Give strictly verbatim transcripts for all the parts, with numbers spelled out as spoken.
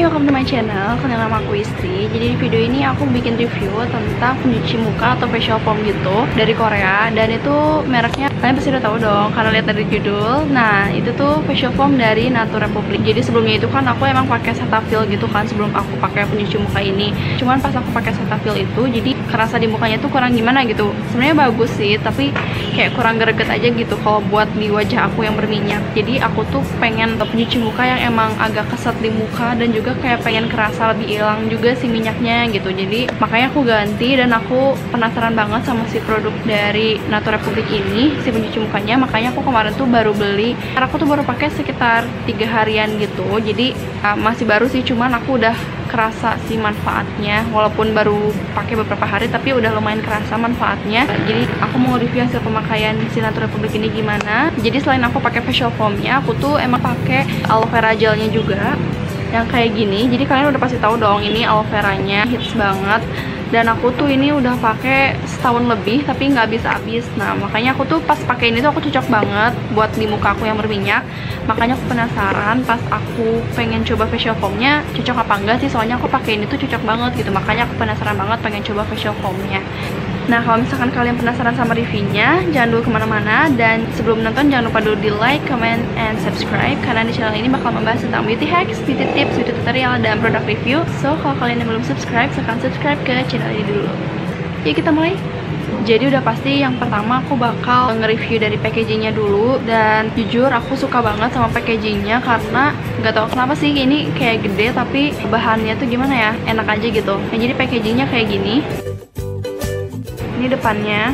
welcome to my channel. Kenal nama aku Istri. Jadi di video ini aku bikin review tentang pencuci muka atau facial foam gitu dari Korea. Dan itu mereknya kalian pasti udah tahu dong karena lihat dari judul. Nah itu tuh facial foam dari Natura Republic. Jadi sebelumnya itu kan aku emang pakai Cetaphil gitu kan sebelum aku pakai pencuci muka ini. Cuman pas aku pakai Cetaphil itu jadi kerasa di mukanya tuh kurang gimana gitu. Sebenarnya bagus sih tapi kayak kurang greget aja gitu kalau buat di wajah aku yang berminyak. Jadi aku tuh pengen pencuci muka yang emang agak keset di muka dan juga kayak pengen kerasa lebih hilang juga si minyaknya gitu. Jadi makanya aku ganti dan aku penasaran banget sama si produk dari Natura Republic ini, si pencuci mukanya. Makanya aku kemarin tuh baru beli karena aku tuh baru pakai sekitar tiga harian gitu. Jadi uh, masih baru sih, cuman aku udah kerasa sih manfaatnya walaupun baru pakai beberapa hari tapi udah lumayan kerasa manfaatnya. Jadi aku mau review hasil pemakaian si Natura Republic ini gimana. Jadi selain aku pakai facial foamnya, aku tuh emang pakai aloe vera gelnya juga yang kayak gini. Jadi kalian udah pasti tahu dong ini aloe veranya hits banget dan aku tuh ini udah pakai setahun lebih tapi nggak habis-habis. Nah makanya aku tuh pas pakai ini tuh aku cocok banget buat di muka aku yang berminyak. Makanya aku penasaran pas aku pengen coba facial foamnya cocok apa enggak sih, soalnya aku pakai ini tuh cocok banget gitu. Makanya aku penasaran banget pengen coba facial foamnya. Nah kalau misalkan kalian penasaran sama reviewnya, jangan dulu kemana-mana. Dan sebelum nonton jangan lupa dulu di like, comment, and subscribe karena di channel ini bakal membahas tentang beauty hacks, beauty tips, beauty tutorial, dan produk review. So kalau kalian yang belum subscribe, silahkan subscribe ke channel ini dulu. Yuk kita mulai. Jadi udah pasti yang pertama aku bakal nge-review dari packagingnya dulu. Dan jujur aku suka banget sama packagingnya karena nggak tahu kenapa sih ini kayak gede tapi bahannya tuh gimana ya, enak aja gitu. Nah, jadi packagingnya kayak gini. Ini depannya,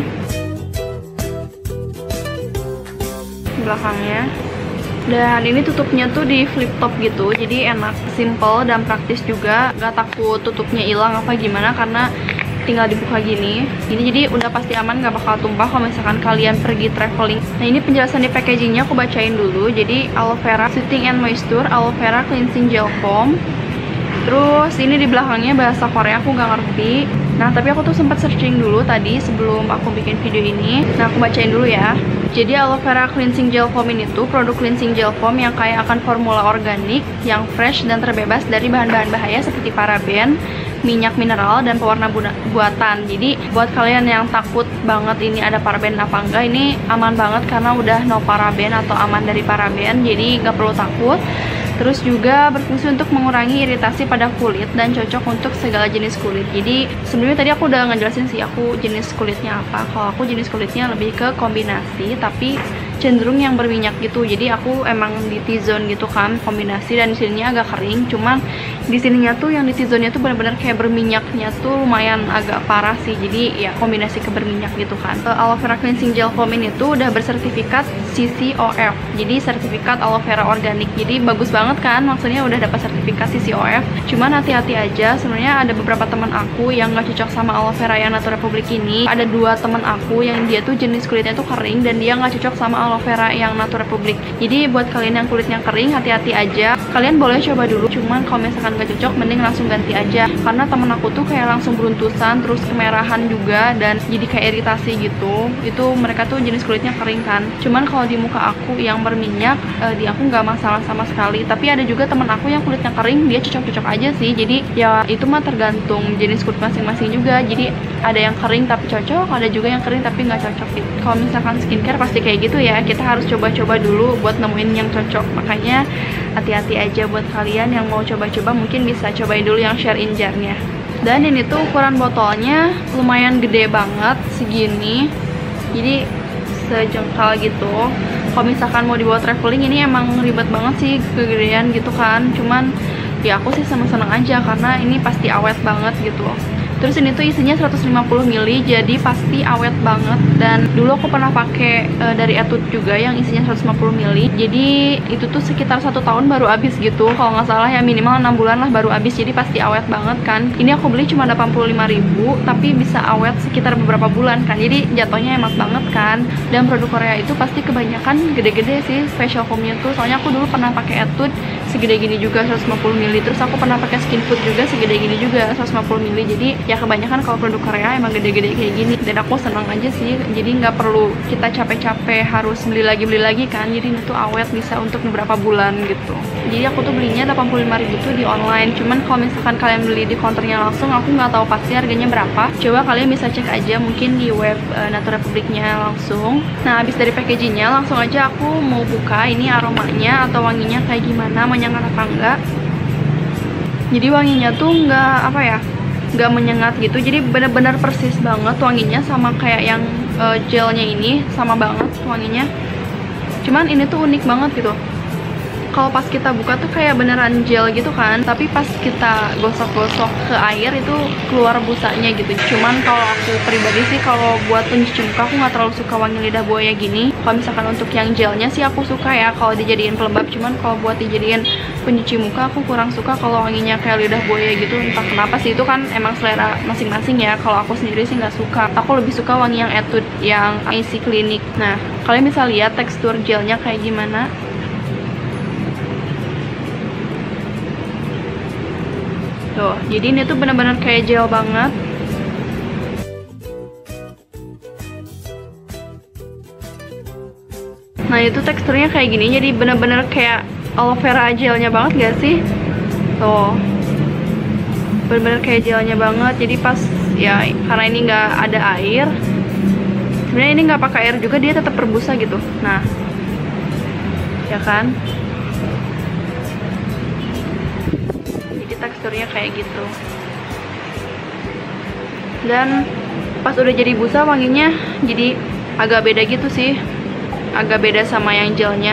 belakangnya, dan ini tutupnya tuh di flip top gitu. Jadi enak, simple dan praktis juga. Gak takut tutupnya hilang apa gimana karena tinggal dibuka gini. Ini jadi udah pasti aman, gak bakal tumpah kalau misalkan kalian pergi traveling. Nah ini penjelasan di packagingnya aku bacain dulu. Jadi aloe vera soothing and moisture, aloe vera cleansing gel foam. Terus ini di belakangnya bahasa Korea aku nggak ngerti. Nah tapi aku tuh sempat searching dulu tadi sebelum aku bikin video ini. Nah aku bacain dulu ya. Jadi aloe vera cleansing gel foam ini tuh produk cleansing gel foam yang kaya akan formula organik yang fresh dan terbebas dari bahan-bahan bahaya seperti paraben, minyak mineral, dan pewarna buatan. Jadi buat kalian yang takut banget ini ada paraben apa enggak, ini aman banget karena udah no paraben atau aman dari paraben. Jadi nggak perlu takut. Terus juga berfungsi untuk mengurangi iritasi pada kulit dan cocok untuk segala jenis kulit. Jadi sebelumnya tadi aku udah ngejelasin sih aku jenis kulitnya apa. Kalau aku jenis kulitnya lebih ke kombinasi tapi cenderung yang berminyak gitu. Jadi aku emang di T-zone gitu kan, kombinasi, dan di sininya agak kering. Cuman di sininya tuh yang di T-zone-nya tuh benar-benar kayak berminyaknya tuh lumayan agak parah sih. Jadi ya kombinasi ke berminyak gitu kan. Aloe vera cleansing gel foam ini tuh udah bersertifikat C C O F. Jadi sertifikat aloe vera organik. Jadi bagus banget kan, maksudnya udah dapat sertifikat C C O F. Cuman hati-hati aja, sebenarnya ada beberapa teman aku yang nggak cocok sama aloe vera yang Natura Republic ini. Ada dua teman aku yang dia tuh jenis kulitnya tuh kering dan dia nggak cocok sama aloe vera yang Natura Republic. Jadi buat kalian yang kulitnya kering, hati-hati aja. Kalian boleh coba dulu, cuman kalau misalkan nggak cocok mending langsung ganti aja. Karena temen aku tuh kayak langsung beruntusan, terus kemerahan juga, dan jadi kayak iritasi gitu. Itu mereka tuh jenis kulitnya kering kan. Cuman kalau di muka aku yang berminyak, eh, di aku nggak masalah sama sekali. Tapi ada juga temen aku yang kulitnya kering, dia cocok-cocok aja sih. Jadi ya itu mah tergantung jenis kulit masing-masing juga. Jadi ada yang kering tapi cocok, ada juga yang kering tapi nggak cocok gitu. Kalau misalkan skincare pasti kayak gitu ya, kita harus coba-coba dulu buat nemuin yang cocok. Makanya hati-hati aja buat kalian yang mau coba-coba, mungkin bisa cobain dulu yang share in jar-nya. Dan ini tuh ukuran botolnya lumayan gede banget, segini. Jadi sejengkal gitu. Kalau misalkan mau dibawa traveling ini emang ribet banget sih, kegedean gitu kan. Cuman ya aku sih seneng-seneng aja karena ini pasti awet banget gitu. Terus ini tuh isinya seratus lima puluh mililiter, jadi pasti awet banget. Dan dulu aku pernah pakai e, dari Etude juga yang isinya seratus lima puluh mililiter. Jadi itu tuh sekitar satu tahun baru habis gitu. Kalau nggak salah ya minimal enam bulan lah baru habis. Jadi pasti awet banget kan. Ini aku beli cuma delapan puluh lima ribu tapi bisa awet sekitar beberapa bulan kan. Jadi jatuhnya enak banget kan. Dan produk Korea itu pasti kebanyakan gede-gede sih facial foamnya tuh. Soalnya aku dulu pernah pakai Etude segede gini juga seratus lima puluh mililiter. Terus aku pernah pakai Skin Food juga segede gini juga seratus lima puluh mililiter. Jadi ya ya kebanyakan kalau produk Korea emang gede-gede kayak gini, dan aku senang aja sih. Jadi nggak perlu kita capek-capek harus beli lagi beli lagi kan, jadi ini tuh awet bisa untuk beberapa bulan gitu. Jadi aku tuh belinya delapan puluh lima ribu tuh di online, cuman kalau misalkan kalian beli di counternya langsung aku nggak tahu pasti harganya berapa. Coba kalian bisa cek aja mungkin di web uh, Natura Publicnya langsung. Nah habis dari packagingnya langsung aja aku mau buka ini aromanya atau wanginya kayak gimana, menyengat apa enggak. Jadi wanginya tuh nggak apa ya, nggak menyengat gitu, jadi benar-benar persis banget wanginya sama kayak yang uh, gelnya ini, sama banget wanginya. Cuman ini tuh unik banget gitu. Kalau pas kita buka tuh kayak beneran gel gitu kan, tapi pas kita gosok-gosok ke air itu keluar busanya gitu. Cuman kalau aku pribadi sih kalau buat pencuci muka aku nggak terlalu suka wangi lidah buaya gini. Kalau misalkan untuk yang gelnya sih aku suka ya kalau dijadiin pelembab, cuman kalau buat dijadiin pencuci muka aku kurang suka kalau wanginya kayak lidah buaya gitu. Entah kenapa sih, itu kan emang selera masing-masing ya. Kalau aku sendiri sih nggak suka, aku lebih suka wangi yang Etude, yang Easy Clinic. Nah kalian bisa lihat tekstur gelnya kayak gimana. Tuh, jadi ini tuh benar-benar kayak gel banget. Nah itu teksturnya kayak gini, jadi benar-benar kayak aloe vera gelnya banget gak sih? Tuh, benar-benar kayak gelnya banget. Jadi pas ya karena ini nggak ada air, sebenarnya ini nggak pakai air juga, dia tetap berbusa gitu. Nah, ya kan? Teksturnya kayak gitu, dan pas udah jadi busa wanginya jadi agak beda gitu sih, agak beda sama yang gelnya.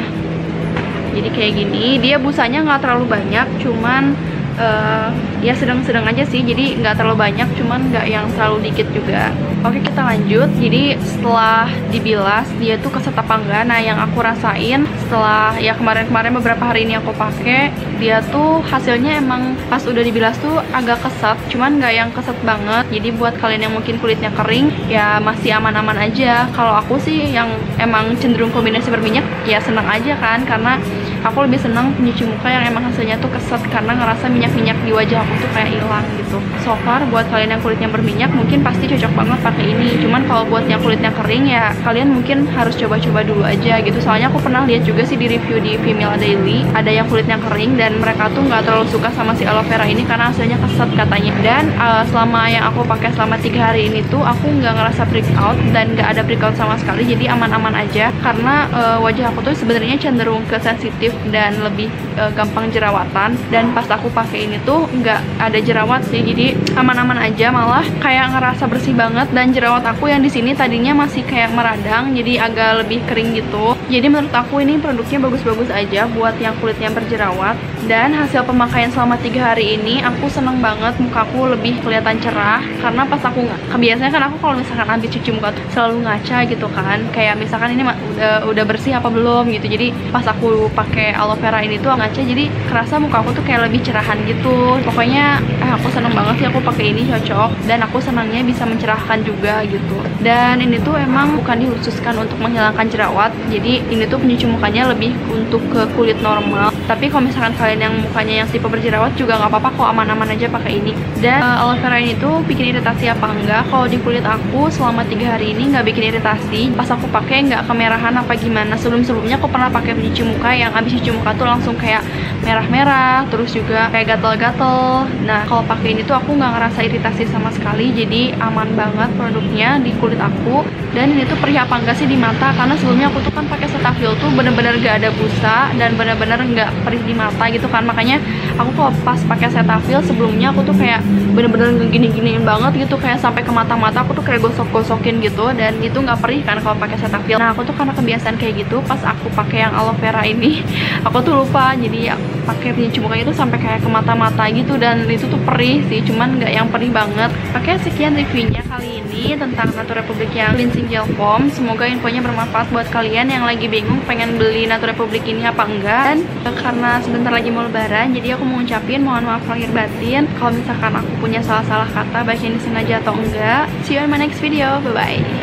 Jadi kayak gini, dia busanya nggak terlalu banyak, cuman uh, ya sedang-sedang aja sih, jadi nggak terlalu banyak, cuman nggak yang terlalu dikit juga. Oke kita lanjut. Jadi setelah dibilas dia tuh keset apa enggak. Nah yang aku rasain setelah ya kemarin-kemarin beberapa hari ini aku pakai, dia tuh hasilnya emang pas udah dibilas tuh agak keset, cuman nggak yang keset banget. Jadi buat kalian yang mungkin kulitnya kering ya masih aman-aman aja. Kalau aku sih yang emang cenderung kombinasi berminyak ya seneng aja kan, karena aku lebih seneng pencuci muka yang emang hasilnya tuh keset, karena ngerasa minyak-minyak di wajah aku tuh kayak hilang gitu. So far buat kalian yang kulitnya berminyak mungkin pasti cocok banget pakai ini. Cuman kalau buat yang kulitnya kering ya kalian mungkin harus coba-coba dulu aja gitu. Soalnya aku pernah lihat juga sih di review di Female Daily, ada yang kulitnya kering dan mereka tuh nggak terlalu suka sama si aloe vera ini karena hasilnya keset katanya. Dan uh, selama yang aku pakai selama tiga hari ini tuh aku nggak ngerasa breakout dan nggak ada breakout sama sekali, jadi aman-aman aja. Karena uh, wajah aku tuh sebenarnya cenderung ke sensitif dan lebih uh, gampang jerawatan, dan pas aku pakai ini tuh nggak ada jerawat sih, jadi aman-aman aja. Malah kayak ngerasa bersih banget, dan jerawat aku yang di sini tadinya masih kayak meradang, jadi agak lebih kering gitu. Jadi menurut aku ini produknya bagus-bagus aja buat yang kulitnya berjerawat. Dan hasil pemakaian selama tiga hari ini aku seneng banget, mukaku lebih kelihatan cerah. Karena pas aku nggak, kebiasanya kan aku kalau misalkan habis cuci muka tuh selalu ngaca gitu kan, kayak misalkan ini udah udah bersih apa belum gitu. Jadi pas aku pakai aloe vera ini tuh ngaca, jadi kerasa mukaku tuh kayak lebih cerahan gitu. Pokoknya eh, aku seneng banget sih aku pakai ini, cocok, dan aku senangnya bisa mencerahkan juga gitu. Dan ini tuh emang bukan dikhususkan untuk menghilangkan jerawat, jadi ini tuh pencuci mukanya lebih untuk ke kulit normal. Tapi kalau misalkan kalian yang mukanya yang tipe berjerawat juga nggak apa-apa kok, aman-aman aja pakai ini. Dan uh, aloe vera ini tuh bikin iritasi apa enggak? Kalau di kulit aku selama tiga hari ini nggak bikin iritasi. Pas aku pakai nggak kemerahan apa gimana. Sebelum-sebelumnya aku pernah pakai pencuci muka yang abis cuci muka tuh langsung kayak merah-merah, terus juga kayak gatel-gatel. Nah kalau pakai ini tuh aku nggak ngerasa iritasi sama sekali, jadi aman banget produknya di kulit aku. Dan ini tuh perih apa enggak sih di mata, karena sebelumnya aku tuh kan pakai Cetaphil tuh bener-bener gak ada busa dan bener-bener nggak perih di mata gitu kan. Makanya aku kalau pas pakai Cetaphil sebelumnya aku tuh kayak bener-bener gini-giniin banget gitu, kayak sampai ke mata-mata aku tuh kayak gosok-gosokin gitu, dan itu nggak perih kan kalau pakai Cetaphil. Nah aku tuh karena kebiasaan kayak gitu, pas aku pakai yang aloe vera ini aku tuh lupa, jadi pakai pencuci muka itu sampai kayak ke mata-mata gitu, dan itu tuh perih sih, cuman nggak yang perih banget. Oke, sekian reviewnya kali ini tentang Natura Public yang cleansing gel foam. Semoga infonya bermanfaat buat kalian yang lagi bingung pengen beli Natura Public ini apa enggak. Dan karena sebentar lagi mau lebaran, jadi aku mau ngucapin mohon maaf lahir batin kalau misalkan aku punya salah-salah kata, baik ini sengaja atau enggak. See you in my next video, bye bye.